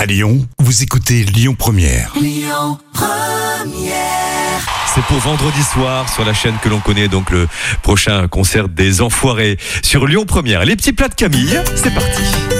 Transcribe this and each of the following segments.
À Lyon, vous écoutez Lyon Première. Lyon Première. C'est pour vendredi soir sur la chaîne que l'on connaît, donc le prochain concert des Enfoirés sur Lyon Première. Les petits plats de Camille, c'est parti.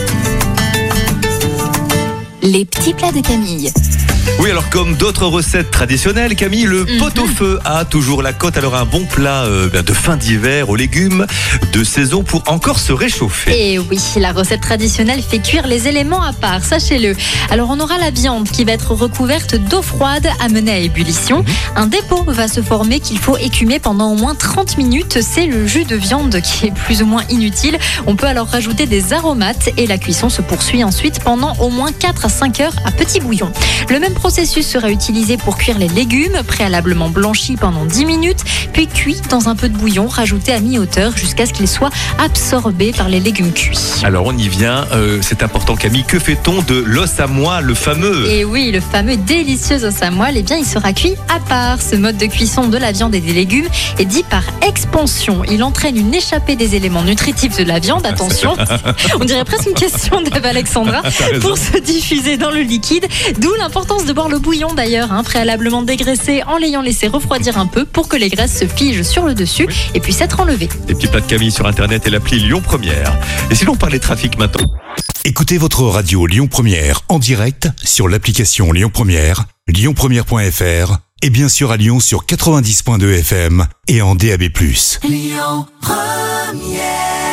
Les petits plats de Camille. Oui, alors comme d'autres recettes traditionnelles, Camille, le pot-au-feu a toujours la cote. Alors un bon plat de fin d'hiver aux légumes de saison pour encore se réchauffer. Et oui, la recette traditionnelle fait cuire les éléments à part, sachez-le. Alors on aura la viande qui va être recouverte d'eau froide amenée à ébullition. Un dépôt va se former qu'il faut écumer pendant au moins 30 minutes. C'est le jus de viande qui est plus ou moins inutile. On peut alors rajouter des aromates et la cuisson se poursuit ensuite pendant au moins 4 à 5 heures à petit bouillon. Le même processus sera utilisé pour cuire les légumes, préalablement blanchis pendant 10 minutes, puis cuits dans un peu de bouillon, rajouté à mi-hauteur jusqu'à ce qu'ils soient absorbés par les légumes cuits. Alors on y vient, c'est important Camille, que fait-on de l'os à moelle, le fameux? Et oui, le fameux délicieux os à moelle, eh bien il sera cuit à part. Ce mode de cuisson de la viande et des légumes est dit par expansion. Il entraîne une échappée des éléments nutritifs de la viande, attention, on dirait presque une question d'Eve Alexandra, pour se diffuser dans le liquide, d'où l'importance de boire le bouillon d'ailleurs, préalablement dégraissé en l'ayant laissé refroidir un peu pour que les graisses se figent sur le dessus et puissent être enlevées. Les petits plats de Camille sur internet et l'appli Lyon Première. Et si l'on parlait trafic maintenant? Écoutez votre radio Lyon Première en direct sur l'application Lyon Première, lyonpremière.fr et bien sûr à Lyon sur 90.2 FM et en DAB+. Lyon Première.